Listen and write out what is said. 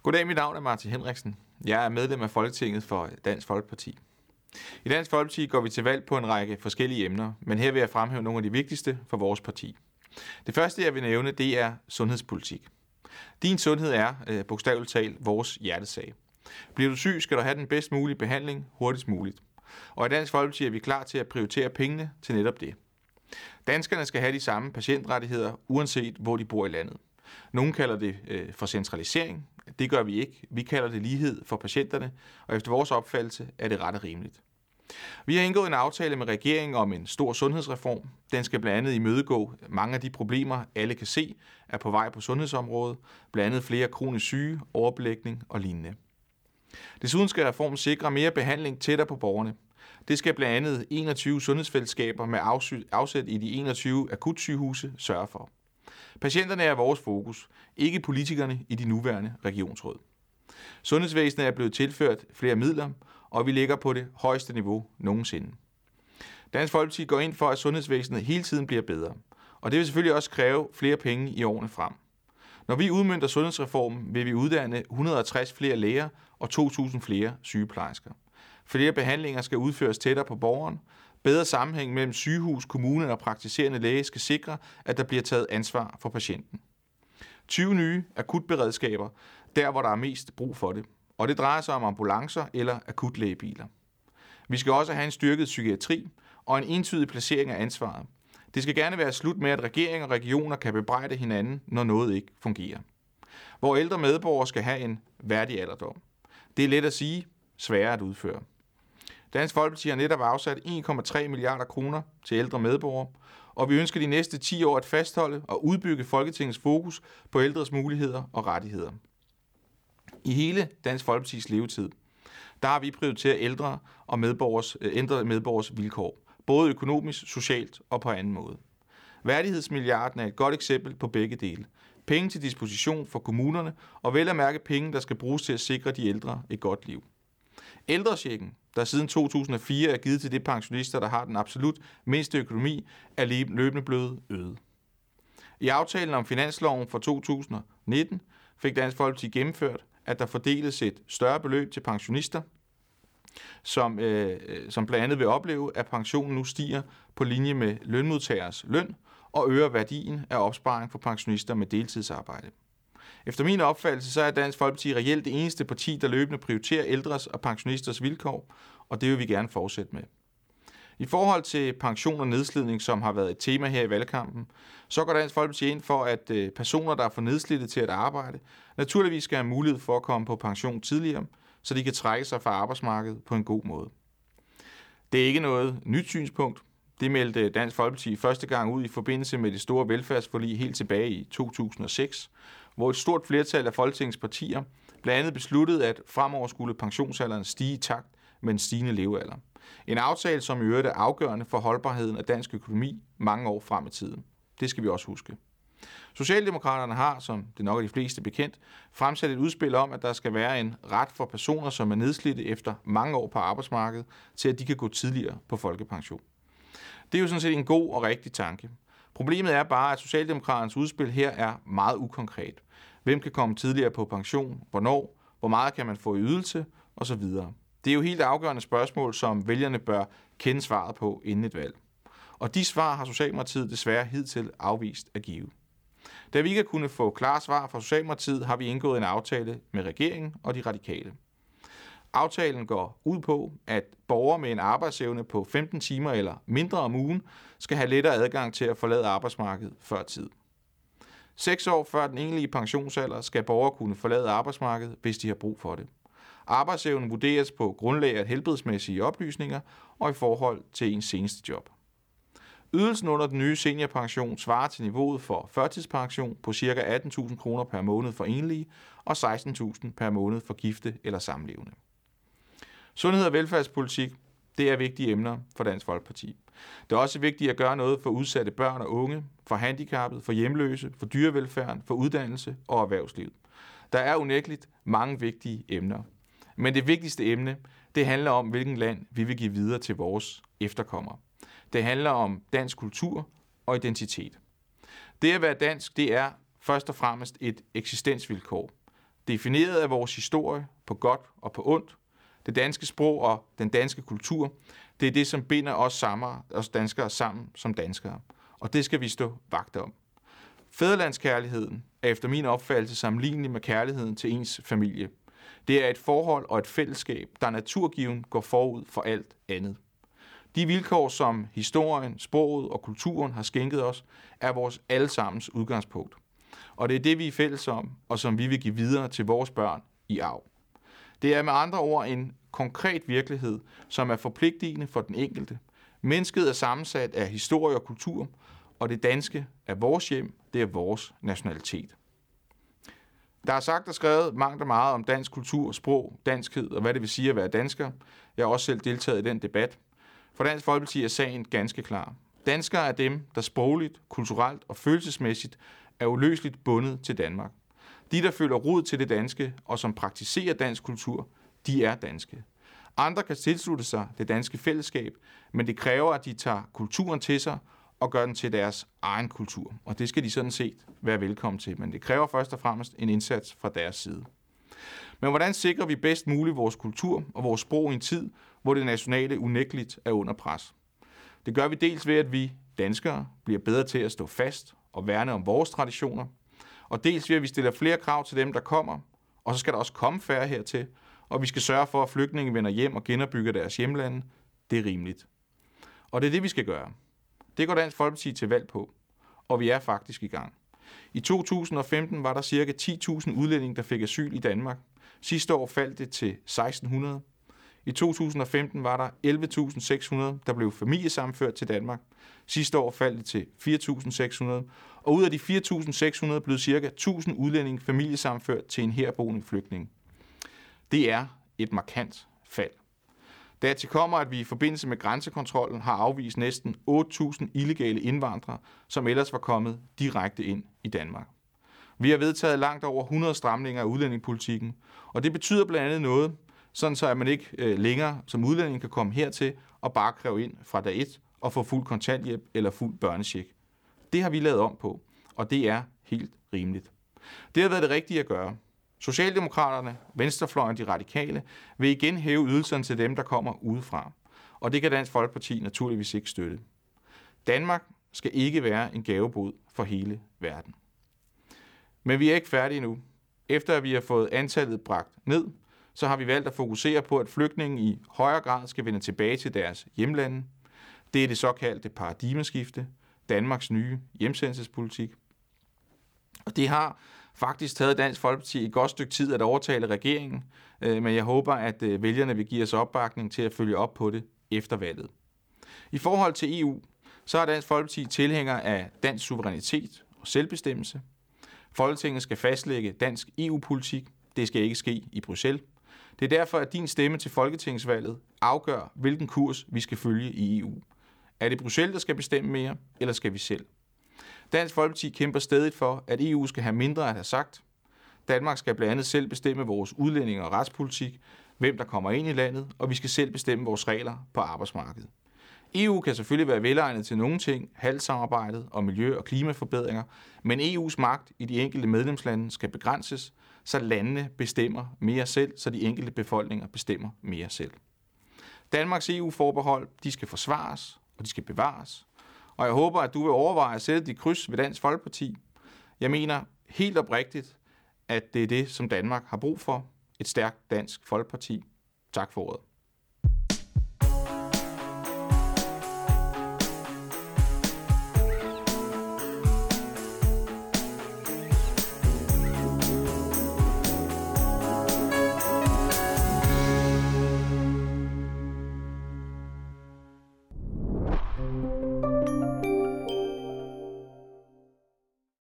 Goddag, mit navn er Martin Henriksen. Jeg er medlem af Folketinget for Dansk Folkeparti. I Dansk Folkeparti går vi til valg på en række forskellige emner, men her vil jeg fremhæve nogle af de vigtigste for vores parti. Det første, jeg vil nævne, det er sundhedspolitik. Din sundhed er, bogstaveligt talt, vores hjertesag. Bliver du syg, skal du have den bedst mulige behandling hurtigst muligt. Og i Dansk Folkeparti er vi klar til at prioritere pengene til netop det. Danskerne skal have de samme patientrettigheder, uanset hvor de bor i landet. Nogle kalder det for centralisering. Det gør vi ikke. Vi kalder det lighed for patienterne, og efter vores opfattelse er det ret og rimeligt. Vi har indgået en aftale med regeringen om en stor sundhedsreform. Den skal blandt andet imødegå mange af de problemer, alle kan se, er på vej på sundhedsområdet, blandt andet flere kronisk syge, overbelægning og lignende. Desuden skal reformen sikre mere behandling tættere på borgerne. Det skal blandt andet 21 sundhedsfællesskaber med afsæt i de 21 akutsygehuse sørge for. Patienterne er vores fokus, ikke politikerne i de nuværende regionsråd. Sundhedsvæsenet er blevet tilført flere midler, og vi ligger på det højeste niveau nogensinde. Dansk Folkeparti går ind for, at sundhedsvæsenet hele tiden bliver bedre, og det vil selvfølgelig også kræve flere penge i årene frem. Når vi udmønter sundhedsreformen, vil vi uddanne 160 flere læger og 2.000 flere sygeplejersker. Flere behandlinger skal udføres tættere på borgeren. Bedre sammenhæng mellem sygehus, kommune og praktiserende læge skal sikre, at der bliver taget ansvar for patienten. 20 nye akutberedskaber, der hvor der er mest brug for det. Og det drejer sig om ambulancer eller akutlægebiler. Vi skal også have en styrket psykiatri og en entydig placering af ansvaret. Det skal gerne være slut med, at regering og regioner kan bebrejde hinanden, når noget ikke fungerer. Hvor ældre medborgere skal have en værdig alderdom. Det er let at sige, sværere at udføre. Dansk Folkeparti har netop afsat 1,3 milliarder kroner til ældre medborgere, og vi ønsker de næste 10 år at fastholde og udbygge Folketingets fokus på ældres muligheder og rettigheder. I hele Dansk Folkepartis levetid, der har vi prioriteret ældre medborgers vilkår, både økonomisk, socialt og på anden måde. Værdighedsmilliarden er et godt eksempel på begge dele. Penge til disposition for kommunerne, og vel at mærke penge, der skal bruges til at sikre de ældre et godt liv. Ældrechecken, der siden 2004 er givet til de pensionister, der har den absolut mindste økonomi, er løbende blevet øget. I aftalen om finansloven for 2019 fik Dansk Folkeparti gennemført, at der fordeles et større beløb til pensionister, som blandt andet vil opleve, at pensionen nu stiger på linje med lønmodtagers løn og øger værdien af opsparing for pensionister med deltidsarbejde. Efter min opfattelse, så er Dansk Folkeparti reelt det eneste parti, der løbende prioriterer ældres og pensionisters vilkår, og det vil vi gerne fortsætte med. I forhold til pension og nedslidning, som har været et tema her i valgkampen, så går Dansk Folkeparti ind for, at personer, der er for nedslidte til at arbejde, naturligvis skal have mulighed for at komme på pension tidligere, så de kan trække sig fra arbejdsmarkedet på en god måde. Det er ikke noget nyt synspunkt. Det meldte Dansk Folkeparti første gang ud i forbindelse med det store velfærdsforlig helt tilbage i 2006, hvor et stort flertal af Folketingets partier blandt andet besluttede, at fremover skulle pensionsalderen stige i takt med en stigende levealder. En aftale, som i øvrigt er afgørende for holdbarheden af dansk økonomi mange år frem i tiden. Det skal vi også huske. Socialdemokraterne har, som det nok er de fleste bekendt, fremsat et udspil om, at der skal være en ret for personer, som er nedslidte efter mange år på arbejdsmarkedet, til at de kan gå tidligere på folkepension. Det er jo sådan set en god og rigtig tanke. Problemet er bare, at Socialdemokraternes udspil her er meget ukonkret. Hvem kan komme tidligere på pension? Hvornår? Hvor meget kan man få i ydelse? Og så videre. Det er jo helt afgørende spørgsmål, som vælgerne bør kende svaret på inden et valg. Og de svar har Socialdemokratiet desværre hidtil afvist at give. Da vi ikke har kunnet få klare svar fra Socialdemokratiet, har vi indgået en aftale med regeringen og de radikale. Aftalen går ud på, at borgere med en arbejdsevne på 15 timer eller mindre om ugen skal have lettere adgang til at forlade arbejdsmarkedet før tid. 6 år før den egentlige pensionsalder skal borgere kunne forlade arbejdsmarkedet, hvis de har brug for det. Arbejdsevnen vurderes på grundlag af helbredsmæssige oplysninger og i forhold til ens seneste job. Ydelsen under den nye seniorpension svarer til niveauet for førtidspension på ca. 18.000 kroner per måned for enlige og 16.000 per måned for gifte eller samlevende. Sundhed og velfærdspolitik, det er vigtige emner for Dansk Folkeparti. Det er også vigtigt at gøre noget for udsatte børn og unge, for handicappede, for hjemløse, for dyrevelfærden, for uddannelse og erhvervslivet. Der er unægteligt mange vigtige emner. Men det vigtigste emne, det handler om, hvilken land vi vil give videre til vores efterkommere. Det handler om dansk kultur og identitet. Det at være dansk, det er først og fremmest et eksistensvilkår. defineret af vores historie på godt og på ondt. Det danske sprog og den danske kultur, det er det, som binder os danskere sammen som danskere. Og det skal vi stå vagt om. Fædrelandskærligheden er efter min opfattelse sammenlignelig med kærligheden til ens familie. Det er et forhold og et fællesskab, der naturgiven går forud for alt andet. De vilkår, som historien, sproget og kulturen har skænket os, er vores allesammens udgangspunkt. Og det er det, vi er fælles om, og som vi vil give videre til vores børn i arv. Det er med andre ord en konkret virkelighed, som er forpligtende for den enkelte. Mennesket er sammensat af historie og kultur, og det danske er vores hjem, det er vores nationalitet. Der er sagt og skrevet mangt og meget om dansk kultur, sprog, danskhed og hvad det vil sige at være dansker. Jeg har også selv deltaget i den debat. For Dansk Folkeparti er sagen ganske klar. Danskere er dem, der sprogligt, kulturelt og følelsesmæssigt er uløseligt bundet til Danmark. De, der føler rod til det danske og som praktiserer dansk kultur, de er danske. Andre kan tilslutte sig det danske fællesskab, men det kræver, at de tager kulturen til sig og gør den til deres egen kultur. Og det skal de sådan set være velkommen til, men det kræver først og fremmest en indsats fra deres side. Men hvordan sikrer vi bedst muligt vores kultur og vores sprog i en tid, hvor det nationale unægteligt er under pres? Det gør vi dels ved, at vi danskere bliver bedre til at stå fast og værne om vores traditioner, og dels ved, at vi stiller flere krav til dem, der kommer, og så skal der også komme færre hertil, og vi skal sørge for, at flygtninge vender hjem og genopbygger deres hjemlande. Det er rimeligt. Og det er det, vi skal gøre. Det går Dansk Folkeparti til valg på, og vi er faktisk i gang. I 2015 var der ca. 10.000 udlændinge, der fik asyl i Danmark. Sidste år faldt det til 1.600. I 2015 var der 11.600, der blev familiesammenført til Danmark. Sidste år faldt det til 4.600. Og ud af de 4.600 blev ca. 1.000 udlændinge familiesammenført til en herboende flygtning. Det er et markant fald. Dertil kommer, at vi i forbindelse med grænsekontrollen har afvist næsten 8.000 illegale indvandrere, som ellers var kommet direkte ind i Danmark. Vi har vedtaget langt over 100 stramninger af udlændingepolitikken, og det betyder blandt andet noget, sådan så at man ikke længere som udlænding kan komme hertil og bare kræve ind fra dag 1 og få fuld kontanthjælp eller fuld børnecheck. Det har vi lavet om på, og det er helt rimeligt. Det har været det rigtige at gøre. Socialdemokraterne, venstrefløjen, de radikale, vil igen hæve ydelserne til dem, der kommer udefra. Og det kan Dansk Folkeparti naturligvis ikke støtte. Danmark skal ikke være en gavebod for hele verden. Men vi er ikke færdige nu. Efter at vi har fået antallet bragt ned, så har vi valgt at fokusere på, at flygtninge i højere grad skal vende tilbage til deres hjemlande. Det er det såkaldte paradigmeskifte, Danmarks nye hjemsendelsespolitik. Og det har faktisk taget Dansk Folkeparti et godt stykke tid at overtale regeringen, men jeg håber, at vælgerne vil give os opbakning til at følge op på det efter valget. I forhold til EU, så er Dansk Folkeparti tilhænger af dansk suverænitet og selvbestemmelse. Folketinget skal fastlægge dansk EU-politik. Det skal ikke ske i Bruxelles. Det er derfor, at din stemme til folketingsvalget afgør, hvilken kurs vi skal følge i EU. Er det Bruxelles, der skal bestemme mere, eller skal vi selv? Dansk Folkeparti kæmper stadig for, at EU skal have mindre at have sagt. Danmark skal blandt andet selv bestemme vores udlændinge- og retspolitik, hvem der kommer ind i landet, og vi skal selv bestemme vores regler på arbejdsmarkedet. EU kan selvfølgelig være velegnet til nogle ting, handelssamarbejdet og miljø- og klimaforbedringer, men EU's magt i de enkelte medlemslande skal begrænses, så landene bestemmer mere selv, så de enkelte befolkninger bestemmer mere selv. Danmarks EU-forbehold, de skal forsvares, og de skal bevares. Og jeg håber, at du vil overveje at sætte dit kryds ved Dansk Folkeparti. Jeg mener helt oprigtigt, at det er det, som Danmark har brug for. Et stærkt Dansk Folkeparti. Tak for ordet.